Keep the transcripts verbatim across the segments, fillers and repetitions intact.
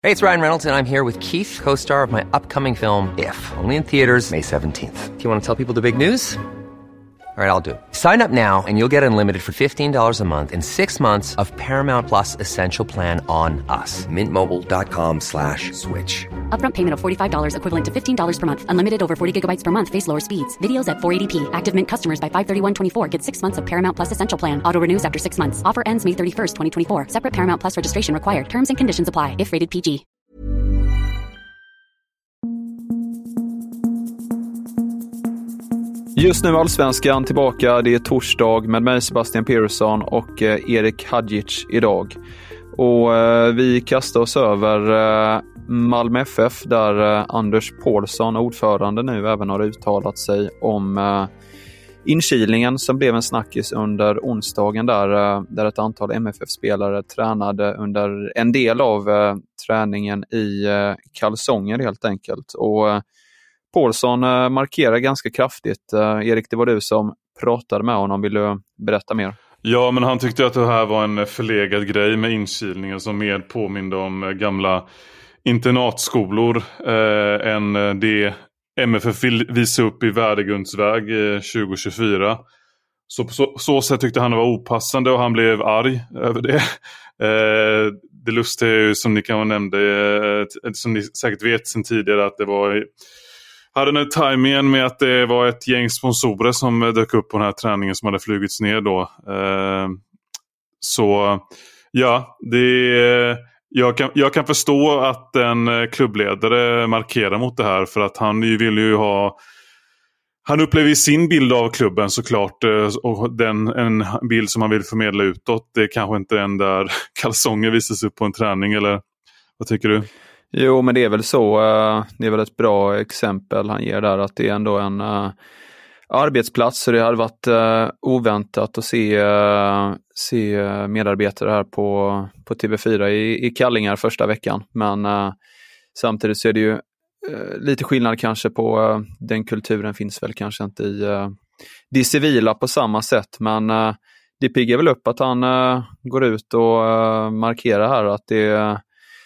Hey, it's Ryan Reynolds, and I'm here with Keith, co-star of my upcoming film, If, only in theaters May seventeenth. Do you want to tell people the big news? All right, I'll do it. Sign up now and you'll get unlimited for fifteen dollars a month and six months of Paramount Plus Essential Plan on us. Mint Mobile dot com slash switch. Upfront payment of forty-five dollars equivalent to fifteen dollars per month. Unlimited over forty gigabytes per month. Face lower speeds. Videos at four eighty p. Active Mint customers by five thirty-one twenty-four get six months of Paramount Plus Essential Plan. Auto renews after six months. Offer ends May thirty-first, twenty twenty-four. Separate Paramount Plus registration required. Terms and conditions apply if rated P G. Just nu Allsvenskan tillbaka, det är torsdag med mig Sebastian Persson och eh, Erik Hadjic idag. Och eh, vi kastar oss över eh, Malmö F F där eh, Anders Paulsson, ordförande nu, även har uttalat sig om eh, inkilningen som blev en snackis under onsdagen där, eh, där ett antal M F F-spelare tränade under en del av eh, träningen i eh, kalsonger helt enkelt. Och eh, Paulsson eh, markerar ganska kraftigt. Eh, Erik, det var du som pratade med honom. Vill du berätta mer? Ja, men han tyckte att det här var en förlegad grej med inkilningen som mer påminde om gamla internatskolor eh, än det M F F vill visa upp i Värdegrundsväg eh, tjugo tjugofyra. Så på så, så sätt tyckte han det var opassande och han blev arg över det. Eh, det lustiga är ju, som ni kan nämnde, eh, som ni säkert vet sedan tidigare, att det var hade den timingen med att det var ett gäng sponsorer som dök upp på den här träningen som hade flugits ner då. Eh, så ja, det, jag, kan, jag kan förstå att en klubbledare markerar mot det här, för att han vill ju ha, han upplever sin bild av klubben såklart, och den, en bild som han vill förmedla utåt. Det är kanske inte den där kalsonger visas upp på en träning, eller vad tycker du? Jo, men det är väl så. Det är väl ett bra exempel han ger där, att det är ändå en uh, arbetsplats. Så det hade varit uh, oväntat att se, uh, se medarbetare här på, på T V fyra i, i kallingar första veckan. Men uh, samtidigt så är det ju uh, lite skillnad kanske på uh, den kulturen finns väl kanske inte i uh, det civila på samma sätt. Men uh, det piggar väl upp att han uh, går ut och uh, markerar här att det är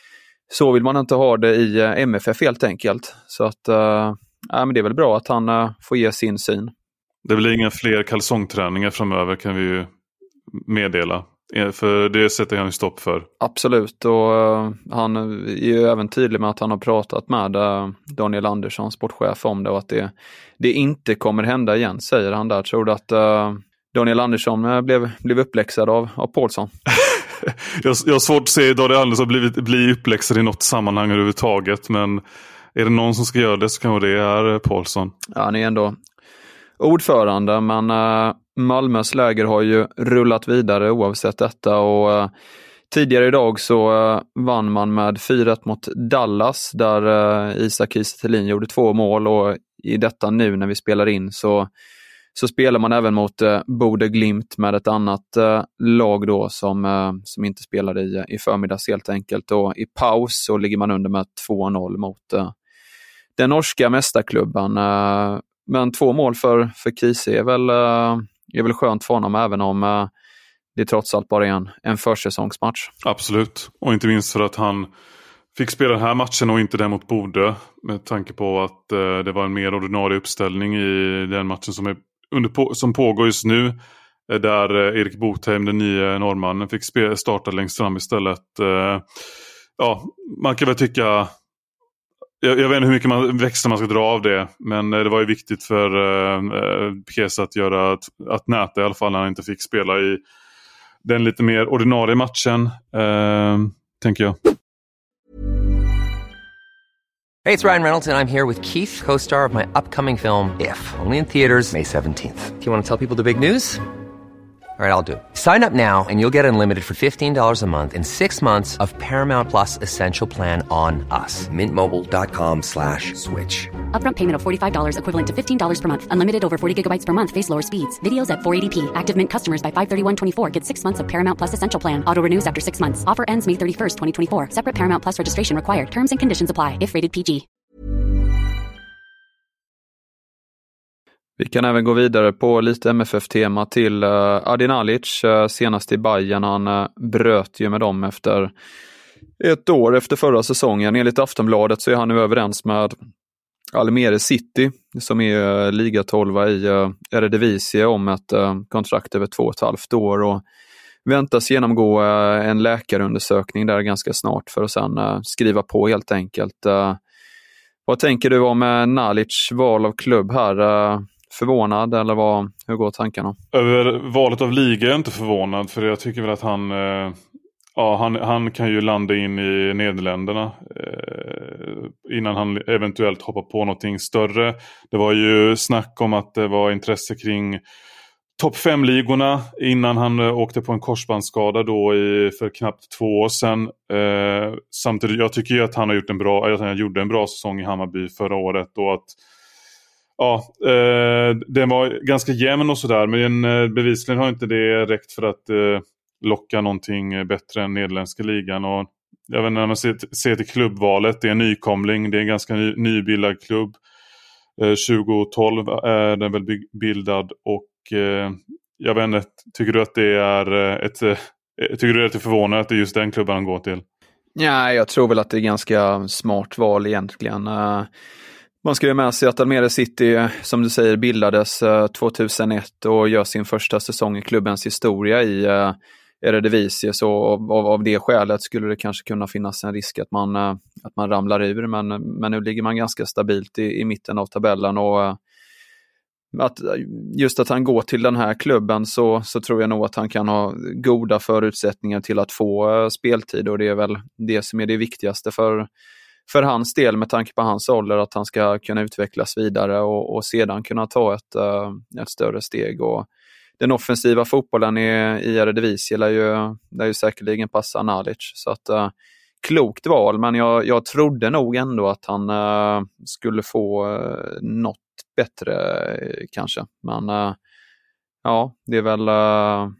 så vill man inte ha det i M F F helt enkelt. Så att, uh, ja, men det är väl bra att han uh, får ge sin syn. Det blir inga fler kalsongträningar framöver, kan vi ju meddela. För det sätter han ju stopp för. Absolut, och uh, han är ju även tydlig med att han har pratat med uh, Daniel Andersson, sportchef, om det. Och att det, det inte kommer hända igen, säger han där. Tror du att uh, Daniel Andersson uh, blev, blev uppläxad av, av Paulsson? jag, jag har svårt att se Daniel Andersson bli, bli uppläxad i något sammanhang överhuvudtaget. Men är det någon som ska göra det så kan det är Paulsson. Ja, han är ändå ordförande, men uh, Malmös läger har ju rullat vidare oavsett detta. Och uh, tidigare idag så uh, vann man med fyra ett mot Dallas, där uh, Isak Kiese Thelin gjorde två mål. Och i detta nu när vi spelar in så Så spelar man även mot eh, Bodø Glimt med ett annat eh, lag då som, eh, som inte spelade i, i förmiddags helt enkelt. Och i paus så ligger man under med två noll mot eh, den norska mästarklubben. Eh, men två mål för, för Kiese är väl, eh, är väl skönt för honom, även om eh, det trots allt bara är en, en försäsongsmatch. Absolut, och inte minst för att han fick spela den här matchen och inte den mot Bodø, med tanke på att eh, det var en mer ordinarie uppställning i den matchen som är Under på, som pågår just nu, där eh, Erik Botheim, den nya norrmannen, fick spe, starta längst fram istället. Eh, ja, man kan väl tycka, jag, jag vet inte hur mycket man, växlar man ska dra av det, men eh, det var ju viktigt för eh, Kiese att göra att, att näta i alla fall när han inte fick spela i den lite mer ordinarie matchen, eh, tänker jag. Hey, it's Ryan Reynolds, and I'm here with Keith, co-star of my upcoming film, If, only in theaters May seventeenth. Do you want to tell people the big news? All right, I'll do it. Sign up now and you'll get unlimited for fifteen dollars a month and six months of Paramount Plus Essential Plan on us. Mint Mobile dot com slash switch. Upfront payment of forty-five dollars equivalent to fifteen dollars per month. Unlimited over forty gigabytes per month. Face lower speeds. Videos at four eighty p. Active Mint customers by five thirty-one twenty-four get six months of Paramount Plus Essential Plan. Auto renews after six months. Offer ends May thirty-first, twenty twenty-four. Separate Paramount Plus registration required. Terms and conditions apply if rated P G. Vi kan även gå vidare på lite M F F-tema till uh, Adin Alic, uh, senast i Bayern. Han uh, bröt ju med dem efter ett år efter förra säsongen. Enligt Aftonbladet så är han nu överens med Almere City som är ligatolva i uh, Eredivisie om ett uh, kontrakt över två och ett halvt år och väntas genomgå uh, en läkarundersökning där ganska snart för att sedan uh, skriva på helt enkelt. Uh, vad tänker du om uh, Nalic val av klubb här? Uh, förvånad eller vad, hur går tankarna? Över valet av liga är jag inte förvånad, för jag tycker väl att han... Uh... Ja, han, han kan ju landa in i Nederländerna eh, innan han eventuellt hoppar på någonting större. Det var ju snack om att det var intresse kring topp fem-ligorna innan han eh, åkte på en korsbandsskada då i, för knappt två år sedan. Eh, samtidigt, jag tycker ju att han har gjort en bra, att han gjorde en bra säsong i Hammarby förra året och att ja, eh, den var ganska jämn och sådär, men eh, bevisligen har inte det räckt för att eh, locka någonting bättre än nederländska ligan. Och jag vet inte, när man ser, ser till klubbvalet, det är en nykomling, det är en ganska ny, nybildad klubb. Eh, tjugohundratolv är den väl bildad och eh, jag vet inte, tycker du att det är ett eh, tycker du att det är förvånande att det är just den klubben han går till? Ja, jag tror väl att det är ganska smart val egentligen. Uh... Man ska ju med sig att Almere City, som du säger, bildades uh, tvåtusenett och gör sin första säsong i klubbens historia i uh, Eredivisie, så av, av, av det skälet skulle det kanske kunna finnas en risk att man, uh, att man ramlar ur, men, men nu ligger man ganska stabilt i, i mitten av tabellen och uh, att, just att han går till den här klubben så, så tror jag nog att han kan ha goda förutsättningar till att få uh, speltid, och det är väl det som är det viktigaste för För hans del, med tanke på hans ålder, att han ska kunna utvecklas vidare och, och sedan kunna ta ett, uh, ett större steg. Och den offensiva fotbollen i, i Eredivisie lär ju, lär ju säkerligen passa Nalic. Så att, uh, klokt val, men jag, jag trodde nog ändå att han uh, skulle få uh, något bättre uh, kanske. Men uh, ja, det är väl uh,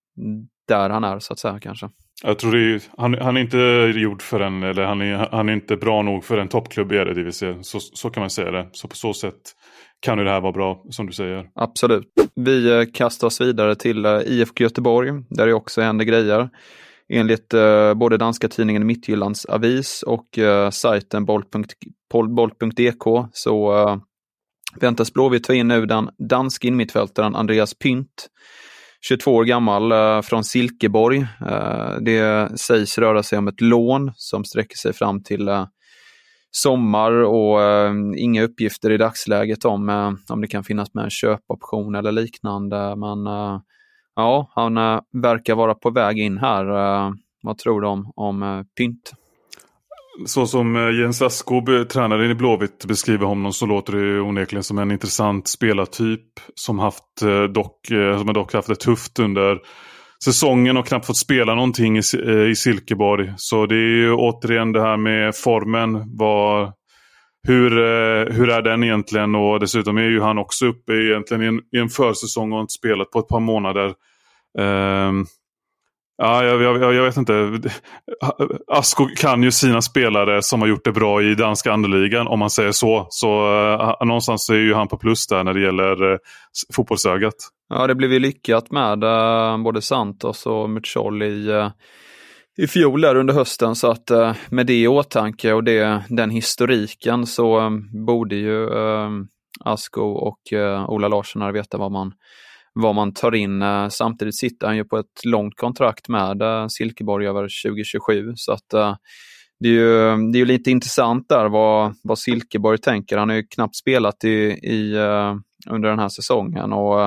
där han är så att säga kanske. Jag tror det är, han, han är inte gjord för en, eller han är, han är inte bra nog för en toppklubb i Eredivisie. Så, så kan man säga det. Så på så sätt kan ju det här vara bra, som du säger. Absolut. Vi kastar oss vidare till I F K Göteborg, där det också händer grejer. Enligt uh, både danska tidningen Midtjyllands Avis och uh, sajten bolt punkt d k så uh, väntas Blåvitt ta in nu den danska inmittfältaren Andreas Pynt, tjugotvå år gammal, uh, från Silkeborg. Uh, det sägs röra sig om ett lån som sträcker sig fram till uh, sommar och uh, inga uppgifter i dagsläget om, uh, om det kan finnas med en köpoption eller liknande. Men uh, ja, han uh, verkar vara på väg in här. Uh, vad tror du om, om uh, Pynt? Så som uh, Jens Asko, tränaren i Blåvitt, beskriver honom, så låter det onekligen som en intressant spelartyp som, haft, uh, dock, uh, som har dock haft det tufft under säsongen och knappt fått spela någonting i, uh, i Silkeborg. Så det är ju återigen det här med formen. Vad, hur, uh, hur är den egentligen? Och dessutom är ju han också uppe egentligen i en, i en försäsong och inte spelat på ett par månader. Uh, Ja, jag, jag, jag vet inte. Asko kan ju sina spelare som har gjort det bra i danska andeligan, om man säger så. Så uh, någonstans är ju han på plus där när det gäller uh, fotbollsögat. Ja, det blev ju lyckat med uh, både Santos och Mutschol i, uh, i fjol där under hösten. Så att uh, med det i åtanke och det, den historiken så um, borde ju uh, Asko och uh, Ola Larsson veta vad man vad man tar in. Samtidigt sitter han ju på ett långt kontrakt med Silkeborg över tjugo tjugosju, så att det är ju, det är ju lite intressant där vad, vad Silkeborg tänker. Han har ju knappt spelat i, i, under den här säsongen och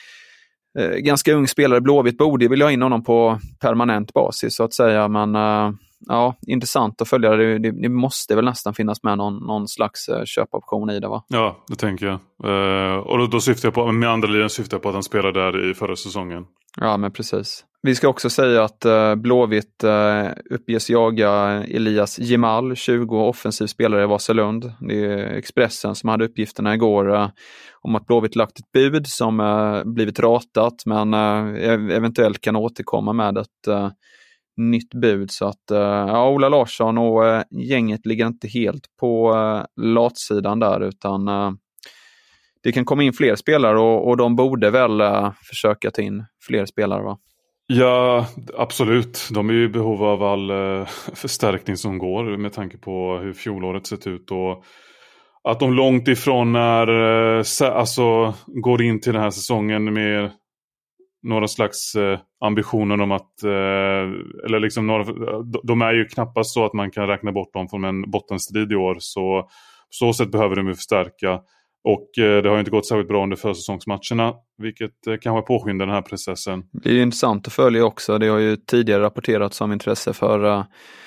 eh, ganska ung spelare. Blåvitt borde vilja ha in honom på permanent basis så att säga, men eh, ja, intressant att följa det. Det, det måste väl nästan finnas med någon, någon slags köpoption i det, va? Ja, det tänker jag. Uh, och då, då syftar jag på, med andra ligan syftar jag på att han spelade där i förra säsongen. Ja, men precis. Vi ska också säga att uh, Blåvitt uh, uppges jaga Elias Gemal, tjugo, offensiv spelare i Vasalund. Det är Expressen som hade uppgifterna igår uh, om att Blåvitt lagt ett bud som uh, blivit ratat, men uh, eventuellt kan återkomma med ett uh, nytt bud. Så att uh, ja, Ola Larsson och uh, gänget ligger inte helt på uh, latsidan där, utan uh, det kan komma in fler spelare och, och de borde väl uh, försöka ta in fler spelare, va? Ja, absolut. De är ju i behov av all eh, förstärkning som går med tanke på hur fjolåret sett ut. Och att de långt ifrån är, eh, alltså, går in till den här säsongen med några slags eh, ambitioner om att, eh, eller liksom några, de är ju knappast så att man kan räkna bort dem från en bottenstrid i år. Så på så sätt behöver de ju förstärka. Och eh, det har ju inte gått särskilt bra under försäsongsmatcherna, vilket eh, kan vara påskynda den här processen. Det är ju intressant att följa också. Det har ju tidigare rapporterats om intresse för uh,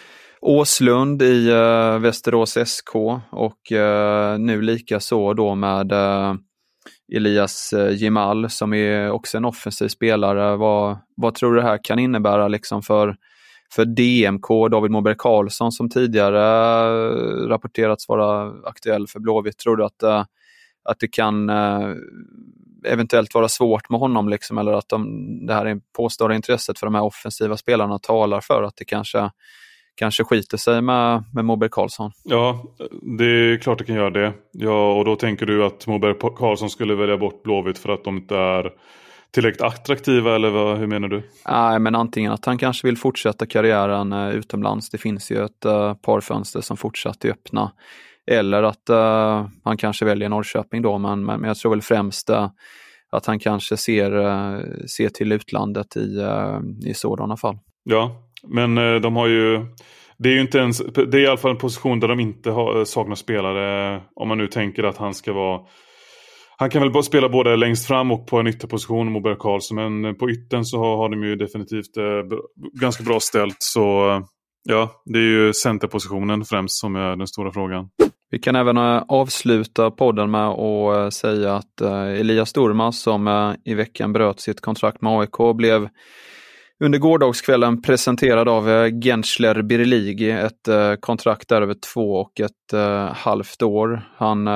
Åslund i uh, Västerås S K och uh, nu lika så då med uh, Elias uh, Gimal som är också en offensiv spelare. Vad, vad tror du det här kan innebära liksom för, för D M K, David Moberg Karlsson som tidigare uh, rapporterats vara aktuell för Blåvitt? Tror du att uh, att det kan eh, eventuellt vara svårt med honom liksom, eller att de, det här är påstådda intresset för de här offensiva spelarna talar för att det kanske, kanske skiter sig med, med Moberg Karlsson? Ja, det är klart det kan göra det. Ja, och då tänker du att Moberg Karlsson skulle välja bort Blåvitt för att de inte är tillräckligt attraktiva, eller vad, hur menar du? Nej, men antingen att han kanske vill fortsätta karriären eh, utomlands. Det finns ju ett eh, par fönster som fortsatt är öppna. Eller att uh, han kanske väljer Norrköping då, men, men jag tror väl främst uh, att han kanske ser, uh, ser till utlandet i, uh, i sådana fall. Ja, men uh, de har ju, det är ju inte ens, det är i alla fall en position där de inte har, saknar spelare, om man nu tänker att han ska vara, han kan väl bara spela både längst fram och på en ytterposition, Moberg Karlsson, men på yttern så har, har de ju definitivt uh, ganska bra ställt, så uh, ja, det är ju centerpositionen främst som är den stora frågan. Vi kan även avsluta podden med att säga att Elias Durmaz som i veckan bröt sitt kontrakt med A I K blev under gårdagskvällen presenterad av Gensler Birligi, ett kontrakt där över två och ett halvt år. Han,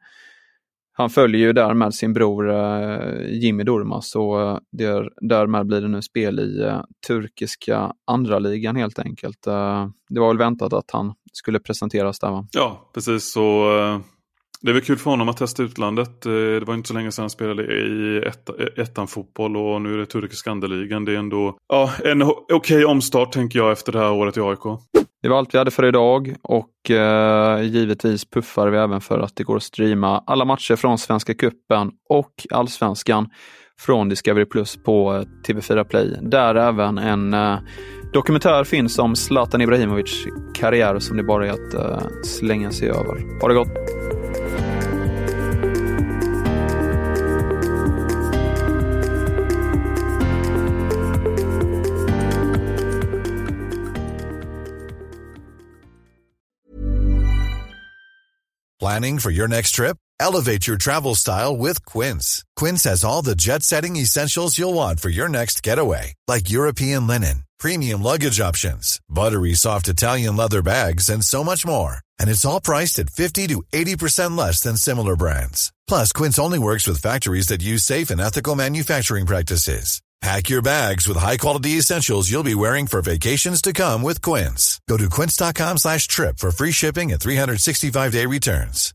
han följer ju därmed sin bror Jimmy Durmaz och där, därmed blir det nu spel i turkiska andra ligan helt enkelt. Det var väl väntat att han skulle presenteras där, va? Ja, precis. Så det är väl kul för honom att testa utlandet. Det var inte så länge sedan han spelade i ett, ettan fotboll och nu är det turkiska andeligan. Det är ändå ja, en okej okay omstart tänker jag efter det här året i A I K. Det var allt vi hade för idag och eh, givetvis puffar vi även för att det går att streama alla matcher från Svenska Cupen och Allsvenskan från Discovery Plus på T V fyra Play. Där även en eh, dokumentär finns om Zlatan Ibrahimovic karriär som det bara är att eh, slänga sig över. Ha det gott! Planning for your next trip? Elevate your travel style with Quince. Quince has all the jet-setting essentials you'll want for your next getaway, like European linen, premium luggage options, buttery soft Italian leather bags, and so much more. And it's all priced at fifty to eighty percent less than similar brands. Plus, Quince only works with factories that use safe and ethical manufacturing practices. Pack your bags with high-quality essentials you'll be wearing for vacations to come with Quince. Go to quince.com slash trip for free shipping and three sixty-five day returns.